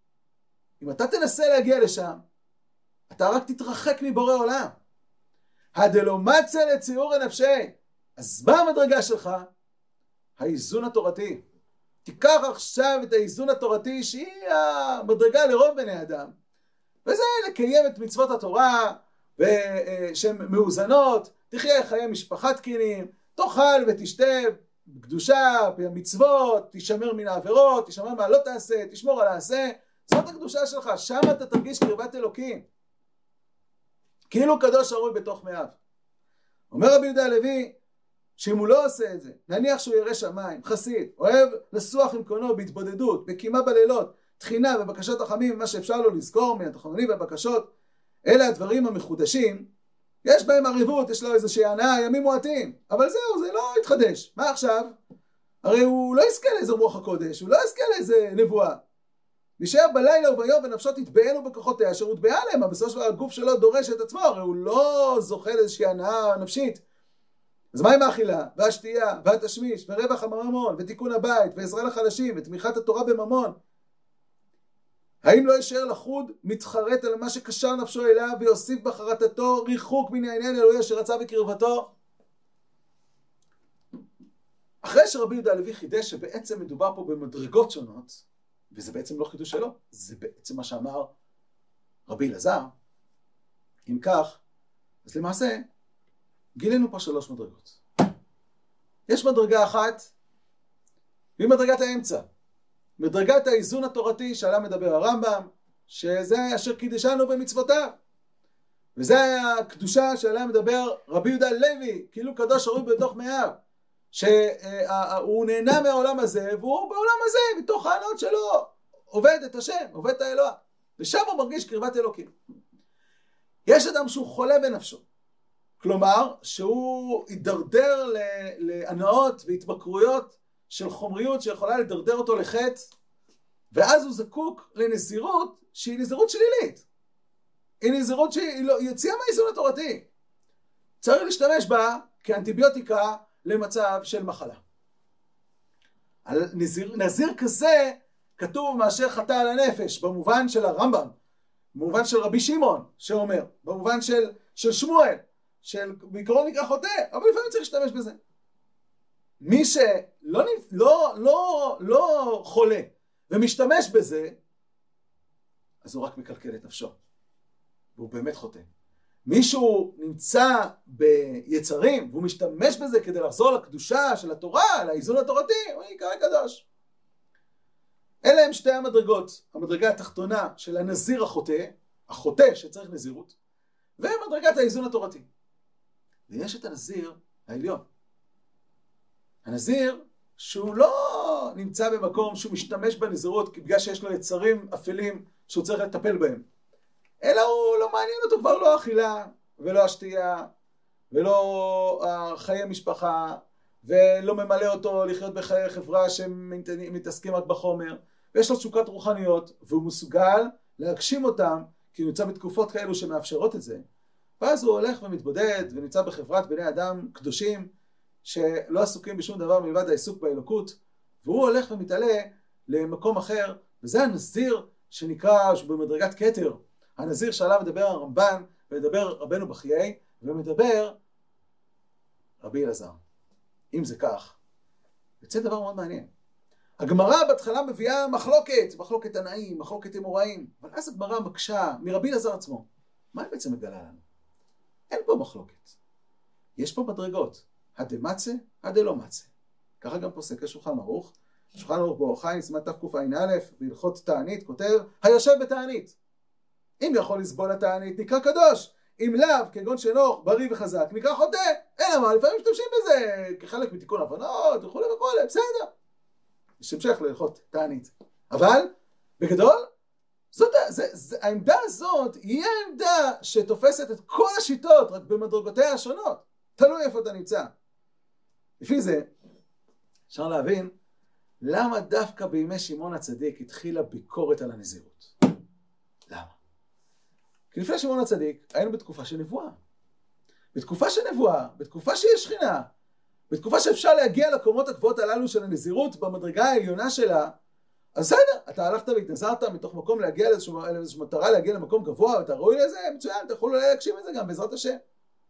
אם אתה תנסה להגיע לשם, אתה רק תתרחק מבורא עולם. הדלא מצא לציור נפשי. אז מה המדרגה שלך? האיזון התורתי. תיקח עכשיו את האיזון התורתי שהיא המדרגה לרוב בני אדם, וזה לקיים את מצוות התורה שהן מאוזנות, תחיה חיי משפחה תקינים, תאכל ותשתה בקדושה, במצוות, תשמר מן העבירות, תשמר מה לא תעשה, תשמור על העשה. זאת הקדושה שלך, שם אתה תרגיש קרבת אלוקים, כאילו קדוש הרוי בתוך מאיו. אומר רבי יהודה הלוי שאם הוא לא עושה את זה, נניח שהוא ירא שמיים, חסיד, אוהב לסוח עם קונו בהתבודדות, בקימה בלילות, תחינה ובקשות החמים, מה שאפשר לו לזכור מן התחנונים והבקשות, אלה הדברים המחודשים, יש בהם עריבות, יש לו איזושהי הנאה, ימים מועטים, אבל זהו, זה לא יתחדש. מה עכשיו? הרי הוא לא יזכה לאיזה רוח הקודש, הוא לא יזכה לאיזה נבואה. נשאר בלילה וביום ונפשו תתבאנו בכוחותיה, אשר הוטבעה להם, אבל בסופו של דבר הגוף שלו דורש את עצמו, הרי הוא לא זוכה לאיזושהי הנאה נפשית. אז מה עם האכילה, והשתייה, והתשמיש, ורווח הממון, ותיקון הבית, ועזרה לחלשים, ותמיכת התורה בממון? האם לא יישאר לחוד מתחרט על מה שקשר נפשו אליו, ויוסיף בחרטתו ריחוק מן העניין האלוהי אשר רצה בקרבתו? אחרי שרבי יהודה הלוי חידש שבעצם מדובר פה במדרגות שונות, וזה בעצם לא חידוש שלו, זה בעצם מה שאמר רבי אלעזר, אם כך, אז למעשה גילינו פה 3 מדרגות. יש מדרגה אחת, והיא מדרגת האמצע. מדרגת האיזון התורתי שעליו מדבר הרמב"ם, שזה אשר קידשנו במצוותיו. וזה הקדושה שעליה מדבר רבי יהודה הלוי, כאילו קדוש הרוי בתוך מאיו. שהוא נהנה מהעולם הזה, והוא בעולם הזה, מתוך העלות שלו, עובד את השם, עובד את האלוה. ושם הוא מרגיש קרבת אלוקים. יש אדם שהוא חולה בנפשו. כלומר, שהוא יידרדר להנאות והתמכרויות של חומריות שיכולה לדרדר אותו לחטא, ואז הוא זקוק לנזירות שהיא נזירות שלילית. היא נזירות שהיא יציאה מהאיזון התורתי. צריך להשתמש בה כאנטיביוטיקה למצב של מחלה. על נזיר כזה כתוב מאשר חטא על הנפש, במובן של הרמב"ם, במובן של רבי שמעון שאומר, במובן של שמואל, בעיקרון נקרא חוטא, אבל לפעמים צריך להשתמש בזה. מי שלא לא חולה ומשתמש בזה, אז הוא רק מקלקל את נפשו, והוא באמת חוטא. מישהו נמצא ביצרים והוא משתמש בזה כדי לחזור לקדושה של התורה, לאיזון התורתי, הוא יקרא קדוש. אלה הם 2 המדרגות, המדרגה התחתונה של הנזיר החוטא שצריך נזירות, ומדרגת האיזון התורתי. ויש את הנזיר העליון. הנזיר שהוא לא נמצא במקום שהוא משתמש בנזירות בגלל שיש לו יצרים אפלים שהוא צריך לטפל בהם, אלא הוא לא מעניין אותו כבר לא האכילה ולא השתייה ולא חיי משפחה, ולא ממלא אותו לחיות בחיי חברה שמתעסקים רק בחומר, ויש לו תשוקת רוחניות והוא מסוגל להגשים אותם כי הוא נמצא בתקופות כאלו שמאפשרות את זה. ואז הוא הולך ומתבודד ונמצא בחברת בני אדם קדושים שלא עסוקים בשום דבר מלבד העיסוק באלוקות, והוא הולך ומתעלה למקום אחר, וזה הנזיר שנקרא במדרגת כתר, הנזיר שעליו מדבר הרמב"ן ומדבר רבנו בחיי ומדבר רבי אלעזר. אם זה כך, יוצא דבר מאוד מעניין. הגמרא בהתחלה מביאה מחלוקת תנאים, מחלוקת אמוראים, אבל אז הגמרא מקשה מרבי אלעזר עצמו. מה היא בעצם מגלה לנו? אין פה מחלוקת. יש פה מדרגות. הדמצה, הדלא מצה. ככה גם פוסק השולחן ערוך. השולחן ערוך באורח חיים, סימן תקע"א, בהלכות תענית, כותב, היושב בתענית. אם יכול לסבול התענית, נקרא קדוש. אם לאו, כגון שנוך, בריא וחזק, נקרא חוטא. אלא מה, לפעמים משתמשים בזה כחלק מתיקון הבנות, וכו' וכו', בסדר. יש המשך להלכות תענית. אבל, בגדול, העמדה הזאת היא העמדה שתופסת את כל השיטות, רק במדרגותיה השונות. תלוי איפה אתה נמצא. לפי זה, אפשר להבין למה דווקא בימי שמעון הצדיק התחילה ביקורת על הנזירות. למה? כי לפני שמעון הצדיק היינו בתקופה של נבואה. בתקופה של נבואה, בתקופה שיש שכינה, בתקופה שאפשר להגיע לקומות הגבוהות הללו של הנזירות במדרגה העליונה שלה, אז בסדר, אתה הלכת והתנזרת מתוך מקום להגיע לאיזושהי מטרה, להגיע למקום גבוה, ואתה ראוי לזה, מצוין, אתה יכול אולי להגשים את זה גם בעזרת השם.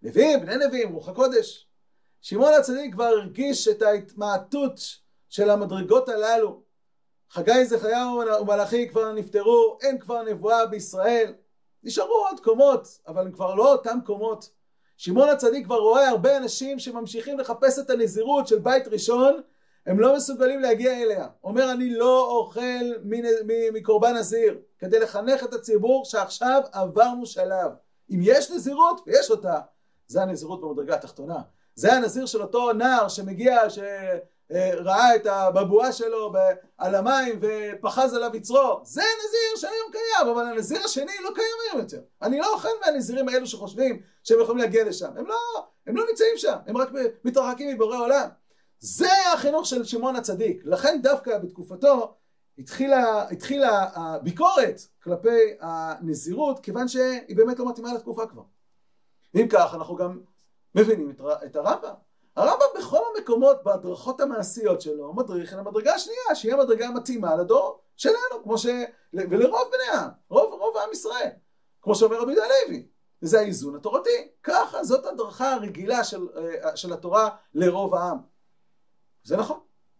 נביאים, בני נביאים, רוח הקודש. שמעון הצדיק כבר הרגיש את ההתמעטות של המדרגות הללו. חגי, זכריהו ומלאכי כבר נפטרו, אין כבר נבואה בישראל. נשארו עוד קומות, אבל הם כבר לא אותם קומות. שמעון הצדיק כבר רואה הרבה אנשים שממשיכים לחפש את הנזירות של בית ראשון, הם לא מסוגלים להגיע אליה. אומר, אני לא אוכל מקורבן נזיר, כדי לחנך את הציבור שעכשיו עברנו שלב. אם יש נזירות, ויש אותה, זה הנזירות במדרגה התחתונה. זה הנזיר של אותו נער שמגיע, שראה את הבבואה שלו על המים ופחז עליו יצרו. זה הנזיר שהיום קיים, אבל הנזיר השני לא קיים היום יותר. אני לא אוכל מהנזירים האלו שחושבים שהם יכולים להגיע לשם. הם לא נמצאים שם, הם רק מתרחקים מבורא עולם. זה החינוך של שמעון הצדיק. לכן דווקא בתקופתו התחילה הביקורת כלפי הנזירות, כיוון שהיא באמת לא מתאימה לתקופה כבר. אם כך, אנחנו גם מבינים את הרמב"ם. הרמב"ם בכל המקומות, בהדרכות המעשיות שלו, מדריך למדרגה השנייה, שהיא המדרגה המתאימה לדור שלנו, ולרוב בני העם, רוב העם ישראל, כמו שאומר רבי יהודה הלוי. זה האיזון התורתי. ככה, זאת הדרכה הרגילה של התורה לרוב העם. זה נכון.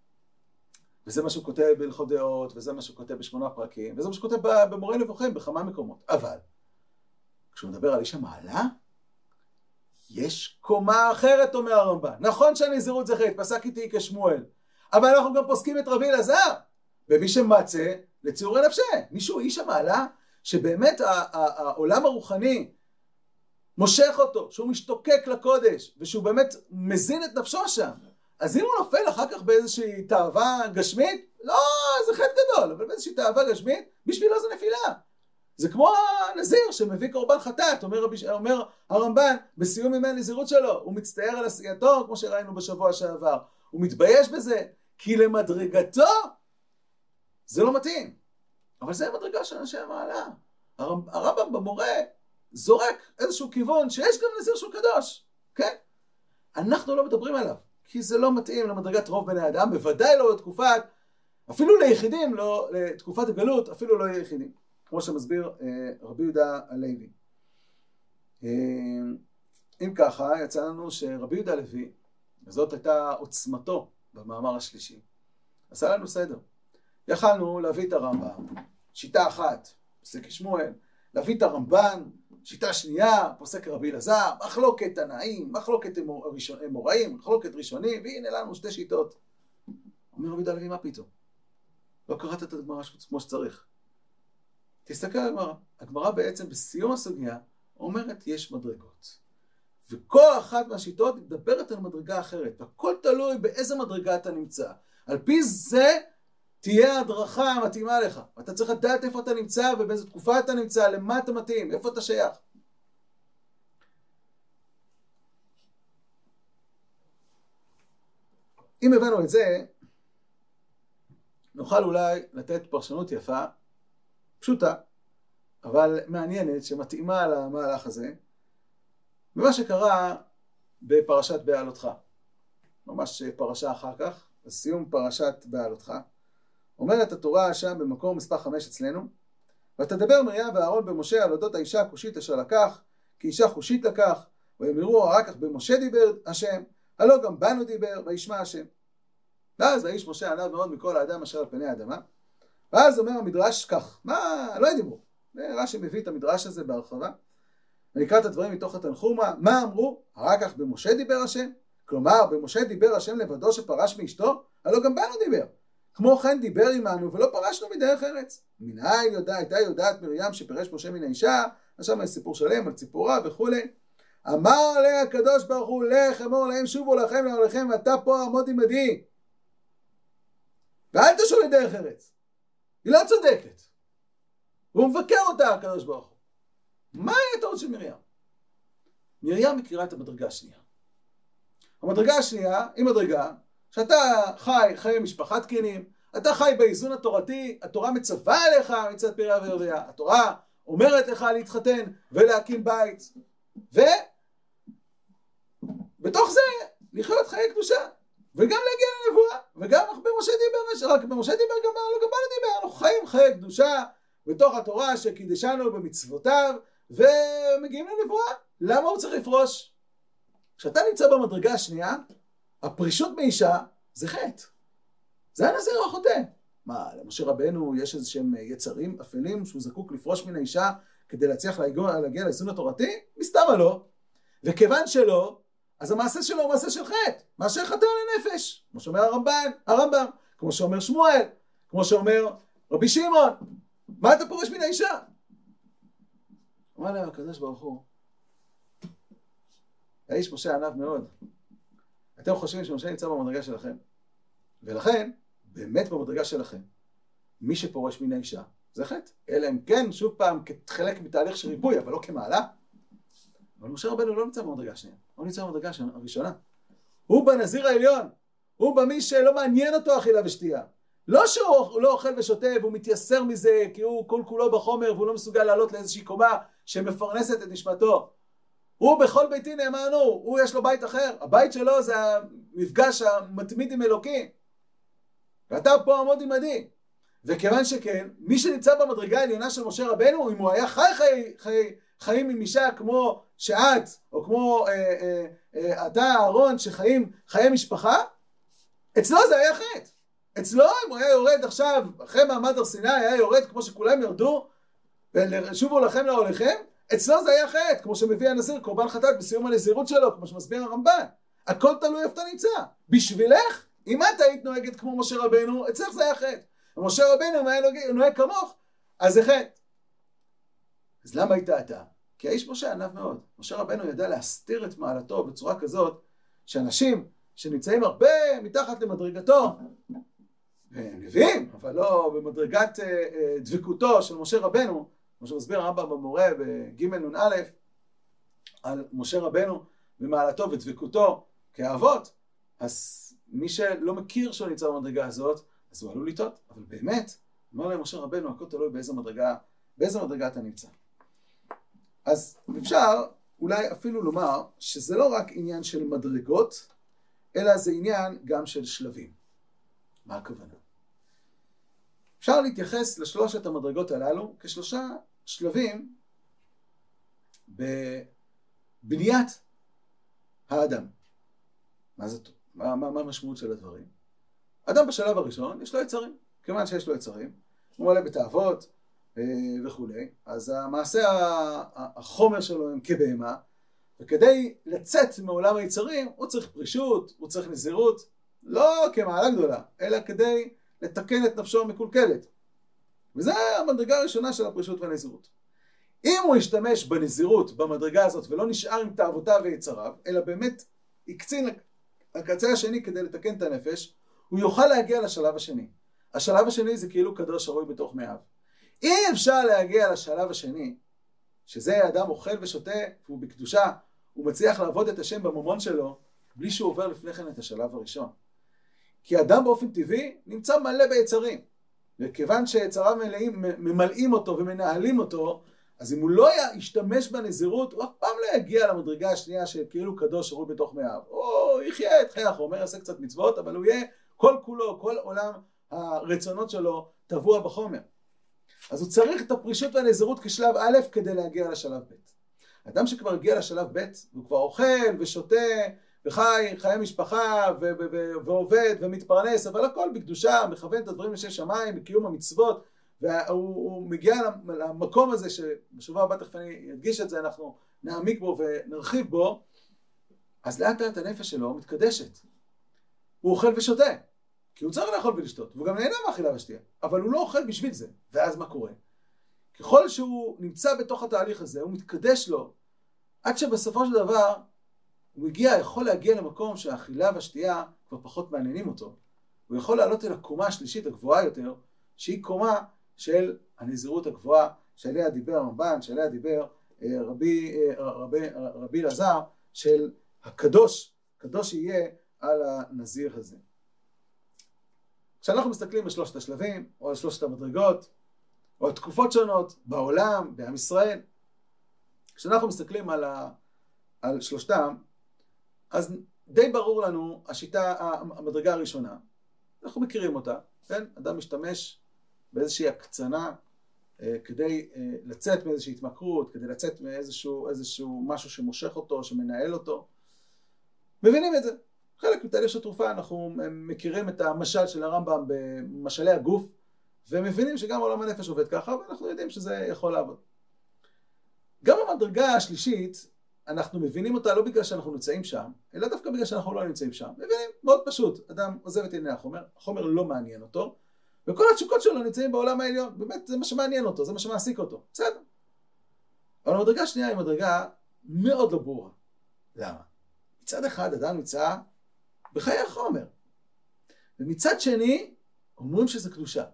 וזה מה שהוא כותב בהלכות דעות, וזה מה שהוא כותב בשמונה פרקים, וזה מה שהוא כותב במורה נבוכים בכמה מקומות. אבל, כשהוא מדבר על איש המעלה, יש קומה אחרת, אומר הרמב"ן. נכון שהנזירות זכרית, פסק איתי כשמואל, אבל אנחנו גם פוסקים את רבי אלעזר, ומי שמצא לציורי נפשה. מישהו איש המעלה, שבאמת העולם הרוחני מושך אותו, שהוא משתוקק לקודש, ושהוא באמת מזין את נפשו שם. אז אם הוא נופל אחר כך באיזושהי תאווה גשמית, לא, זה חטא גדול, אבל באיזושהי תאווה גשמית, בשבילו זה נפילה. זה כמו הנזיר שמביא קורבן חטאת, אומר הרמב"ן, בסיום ימי הנזירות שלו, הוא מצטער על עשייתו, כמו שראינו בשבוע שעבר. הוא מתבייש בזה, כי למדרגתו זה לא מתאים. אבל זה המדרגה של אנשי המעלה. הרמב"ם במורה זורק איזשהו כיוון שיש גם נזיר שהוא קדוש. כן? אנחנו לא מדברים עליו. כי זה לא מתאים למדרגת רוב בני האדם, בוודאי לא לתקופת, אפילו ליחידים, לא, לתקופת הגלות, אפילו לא יחידים, כמו שמסביר רבי יהודה הלוי. אם ככה, יצא לנו שרבי יהודה הלוי, וזאת הייתה עוצמתו במאמר השלישי, עשה לנו סדר. יכלנו להביא את הרמב"ם, שיטה אחת, פוסק שמואל, להביא את הרמב"ן, שיטה שנייה, פוסק רבי אלעזר, מחלוקת תנאים, מחלוקת אמוראים, מחלוקת ראשונים, והנה לנו שתי שיטות. אומר רבי יהודה הלוי, מה פתאום? לא קראת את הגמרא כמו שצריך. תסתכל על הגמרא. הגמרא בעצם בסיום הסוגיה אומרת יש מדרגות. וכל אחת מהשיטות מדברת על מדרגה אחרת. הכל תלוי באיזה מדרגה אתה נמצא. על פי זה תהיה הדרכה המתאימה לך. אתה צריך לדעת איפה אתה נמצא ובאיזו תקופה אתה נמצא, למה אתה מתאים, איפה אתה שייך. אם הבנו את זה, נוכל אולי לתת פרשנות יפה, פשוטה, אבל מעניינת, שמתאימה למהלך הזה, במה שקרה בפרשת בעלותך. ממש פרשה אחר כך, בסיום פרשת בעלותך. אומרת התורה שם במקור מספר 5 אצלנו, ותדבר מרים ואהרון במשה על אודות האישה הכושית אשר לקח, כי אישה חושית לקח, ויאמרו אחר כך במשה דיבר השם, הלא גם בנו דיבר וישמע השם. ואז האיש משה ענב מאוד מכל האדם אשר על פני האדמה, ואז אומר המדרש כך, מה, לא ידיברו, רש"י מביא את המדרש הזה בהרחבה, ונקרא את הדברים מתוך התנחומא, מה אמרו? אחר כך במשה דיבר השם, כלומר במשה דיבר השם לבדו שפרש מאשתו, הלא גם בנו דיבר. כמו כן דיבר עמנו ולא פרשנו מדרך ארץ. מנין הייתה יודעת מרים שפרש משה מן האישה, עכשיו יש סיפור שלם על ציפורה וכו'. אמר עליה הקדוש ברוך הוא, לך אמור להם שובו לכם לעולכם ואתה פה עמוד עמדי. ואל תשאו לדרך ארץ. היא לא צודקת. והוא מבקר אותה הקדוש ברוך הוא. מה היה הטעות של מרים? מרים מכירה את המדרגה השנייה. המדרגה השנייה היא מדרגה שאתה חי חיי משפחה תקינים, אתה חי באיזון התורתי, התורה מצווה עליך מצד פריה ורבייה, התורה אומרת לך להתחתן ולהקים בית, ובתוך זה לחיות חיי קדושה, וגם להגיע לנבואה, וגם במשה דיבר, רק במשה דיבר גם לא גם בנו דיבר, אנחנו חיים חיי קדושה בתוך התורה שקידשנו במצוותיו, ומגיעים לנבואה. למה הוא צריך לפרוש? כשאתה נמצא במדרגה השנייה, הפרישות מאישה זה חטא. זה הנזיר החוטא. מה, למשה רבנו יש איזה שהם יצרים אפלים שהוא זקוק לפרוש מן האישה כדי להצליח להגיע לאיזון התורתי? מסתמה לא. וכיוון שלא, אז המעשה שלו הוא מעשה של חטא. מעשה חטא לנפש. כמו שאומר הרמב"ם, כמו שאומר שמואל, כמו שאומר רבי שמעון. מה אתה פורש מן האישה? אמר להם הקדוש ברוך הוא, האיש משה ענב מאוד. אתם חושבים שמשה נמצא במדרגה שלכם, ולכן, באמת במדרגה שלכם, מי שפורש מן האישה, זה חטא. אלא אם כן, שוב פעם, כחלק מתהליך של ריפוי, אבל לא כמעלה. אבל משה רבנו לא נמצא במדרגה השנייה, הוא נמצא במדרגה הראשונה. הוא בנזיר העליון, הוא במי שלא מעניין אותו אכילה ושתייה. לא שהוא לא אוכל ושותה והוא מתייסר מזה כי הוא כל כולו בחומר והוא לא מסוגל לעלות לאיזושהי קומה שמפרנסת את נשמתו. הוא בכל ביתי נאמנו, הוא יש לו בית אחר, הבית שלו זה המפגש המתמיד עם אלוקים. ואתה פה עמוד עמדי. וכיוון שכן, מי שנמצא במדרגה העליונה של משה רבנו, אם הוא היה חיים עם אישה כמו שאת, או כמו אתה אהרון שחיים חיי משפחה, אצלו זה היה חטא. אצלו אם הוא היה יורד עכשיו, אחרי מעמד הר סיני, היה יורד כמו שכולם ירדו, ושובו לכם להוליכם, אצלו זה היה חטא, כמו שמביא הנזיר, קורבן חטאת בסיום הנזירות שלו, כמו שמסביר הרמב"ן. הכל תלוי איפה אתה נמצא. בשבילך, אם את היית נוהגת כמו משה רבנו, אצלך זה היה חטא. ומשה רבנו, אם היה נוהג כמוך, אז זה חטא. אז למה היית אתה? כי האיש משה ענב מאוד. משה רבנו ידע להסתיר את מעלתו בצורה כזאת, שאנשים שנמצאים הרבה מתחת למדרגתו, והם נביאים, אבל לא במדרגת דבקותו של משה רבנו, כמו שמסביר הרמב"ם במורה בג' נ"א, על משה רבנו במעלתו ודבקותו כאבות, אז מי שלא מכיר שהוא נמצא במדרגה הזאת, אז הוא עלול לטעות. אבל באמת, אמר להם משה רבנו, הכל תלוי באיזה מדרגה אתה נמצא. אז אפשר אולי אפילו לומר שזה לא רק עניין של מדרגות, אלא זה עניין גם של שלבים. מה הכוונה? אפשר להתייחס לשלושת המדרגות הללו כשלושה שלבים בבניית האדם. מה זה טוב? מה המשמעות של הדברים? אדם בשלב הראשון יש לו יצרים. כיוון שיש לו יצרים, הוא מלא בתאוות וכו'. אז המעשה החומר שלו הם כבהמה, וכדי לצאת מעולם היצרים הוא צריך פרישות, הוא צריך נזירות, לא כמעלה גדולה, אלא כדי לתקן את נפשו המקולקלת. וזה המדרגה הראשונה של הפרישות והנזירות. אם הוא ישתמש בנזירות במדרגה הזאת ולא נשאר עם תאוותיו ויצריו, אלא באמת יקצין לקצה השני כדי לתקן את הנפש, הוא יוכל להגיע לשלב השני. השלב השני זה כאילו קדוש הרוי בתוך מאיו. אי אפשר להגיע לשלב השני, שזה האדם אוכל ושותה והוא בקדושה, הוא מצליח לעבוד את השם בממון שלו, בלי שהוא עובר לפני כן את השלב הראשון. כי האדם באופן טבעי נמצא מלא ביצרים. וכיוון שיצריו ממלאים אותו ומנהלים אותו, אז אם הוא לא ישתמש בנזירות, הוא אף פעם לא יגיע למדרגה השנייה של כאילו קדוש הרוי בתוך מאיו. הוא יחיה את חיי החומר, יעשה קצת מצוות, אבל הוא יהיה כל כולו, כל עולם הרצונות שלו טבוע בחומר. אז הוא צריך את הפרישות והנזירות כשלב א' כדי להגיע לשלב ב'. אדם שכבר הגיע לשלב ב', הוא כבר אוכל ושותה וחי חיי משפחה ועובד ומתפרנס, אבל הכל בקדושה, מכוון את הדברים לשם שמיים, בקיום המצוות, והוא מגיע למקום הזה שבשבוע הבא תכף אני אדגיש את זה, אנחנו נעמיק בו ונרחיב בו, אז לאט לאט הנפש שלו מתקדשת. הוא אוכל ושותה, כי הוא צריך לאכול ולשתות, והוא גם נהנה מאכילה ושתייה, אבל הוא לא אוכל בשביל זה. ואז מה קורה? ככל שהוא נמצא בתוך התהליך הזה, הוא מתקדש לו, עד שבסופו של דבר הוא יכול להגיע למקום שהאכילה והשתייה כבר פחות מעניינים אותו. הוא יכול לעלות אל הקומה השלישית הגבוהה יותר, שהיא קומה של הנזירות הגבוהה, שעליה דיבר הרמב"ן, שעליה דיבר רבי אלעזר, של הקדוש, קדוש יהיה על הנזיר הזה. כשאנחנו מסתכלים על שלושת השלבים, או על שלושת המדרגות, או על תקופות שונות בעולם, בעם ישראל, כשאנחנו מסתכלים על שלושתם, אז די ברור לנו המדרגה הראשונה. אנחנו מכירים אותה, כן? אדם משתמש באיזושהי הקצנה כדי לצאת מאיזושהי התמכרות, כדי לצאת מאיזשהו משהו שמושך אותו, שמנהל אותו. מבינים את זה. חלק מתהליך של תרופה אנחנו מכירים את המשל של הרמב"ם במשלי הגוף, ומבינים שגם עולם הנפש עובד ככה, ואנחנו יודעים שזה יכול לעבוד. גם המדרגה השלישית, אנחנו מבינים אותה לא בגלל שאנחנו נמצאים שם, אלא דווקא בגלל שאנחנו לא נמצאים שם. מבינים? מאוד פשוט. אדם עוזב את ענייני החומר, החומר לא מעניין אותו, וכל התשוקות שלו נמצאים בעולם העליון. באמת, זה מה שמעניין אותו, זה מה שמעסיק אותו. בסדר. אבל המדרגה השנייה היא מדרגה מאוד לא ברורה. למה? מצד אחד, אדם נמצא בחיי החומר. ומצד שני, אומרים שזה קדושה.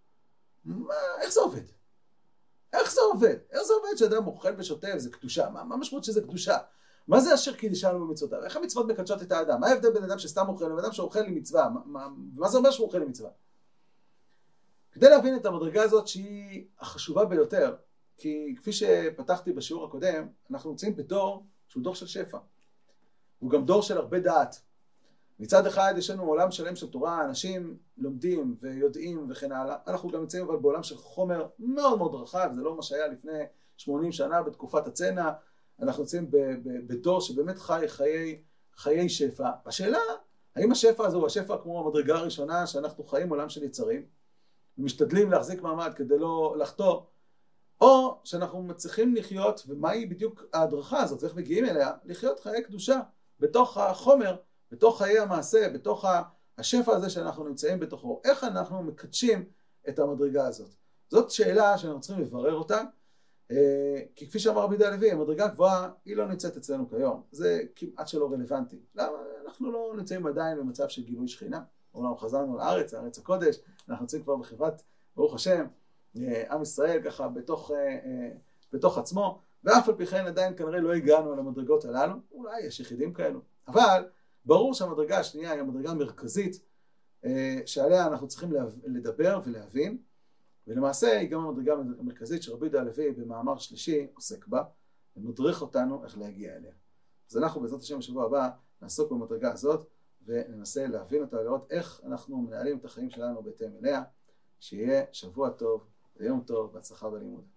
איך זה עובד? איך זה עובד? איך זה עובד שאדם אוכל ושוטף, זה קדושה? מה המשמעות שזה קדושה? מה זה אשר קידשנו במצוותיו? איך המצוות מקדשות את האדם? מה ההבדל בין אדם שסתם אוכל לבן אדם שאוכל עם מצווה? מה זה אומר שהוא אוכל עם מצווה? כדי להבין את המדרגה הזאת שהיא החשובה ביותר, כי כפי שפתחתי בשיעור הקודם, אנחנו נמצאים בדור שהוא דור של שפע. הוא גם דור של הרבה דעת. מצד אחד יש לנו עולם שלם של תורה, אנשים לומדים ויודעים וכן הלאה. אנחנו גם נמצאים אבל בעולם של חומר מאוד מאוד רחב, זה לא מה שהיה לפני 80 שנה בתקופת הצנע. אנחנו נמצאים בדור שבאמת חי חיי שפע. השאלה, האם השפע הזה הוא השפע כמו המדרגה הראשונה שאנחנו חיים עולם של יצרים, ומשתדלים להחזיק מעמד כדי לא לחטוא, או שאנחנו מצליחים לחיות, ומהי בדיוק ההדרכה הזאת, ואיך מגיעים אליה, לחיות חיי קדושה בתוך החומר, בתוך חיי המעשה, בתוך השפע הזה שאנחנו נמצאים בתוכו. איך אנחנו מקדשים את המדרגה הזאת? זאת שאלה שאנחנו צריכים לברר אותה, כי כפי שאמר רבי יהודה הלוי, המדרגה הגבוהה היא לא נמצאת אצלנו כיום. זה כמעט שלא רלוונטי. למה? אנחנו לא נמצאים עדיין במצב של גילוי שכינה. אומנם חזרנו לארץ, לארץ הקודש, אנחנו נמצאים כבר בחברת, ברוך השם, עם ישראל ככה בתוך עצמו, ואף על פי כן עדיין כנראה לא הגענו על המדרגות הללו, אולי יש יחידים כאלו, אבל ברור שהמדרגה השנייה היא המדרגה המרכזית שעליה אנחנו צריכים לדבר ולהבין, ולמעשה היא גם המדרגה המרכזית שרבי יהודה הלוי במאמר שלישי עוסק בה, ומדריך אותנו איך להגיע אליה. אז אנחנו בעזרת השם בשבוע הבא נעסוק במדרגה הזאת, וננסה להבין אותה ולראות איך אנחנו מנהלים את החיים שלנו בהתאם אליה. שיהיה שבוע טוב ויום טוב, בהצלחה בלימוד.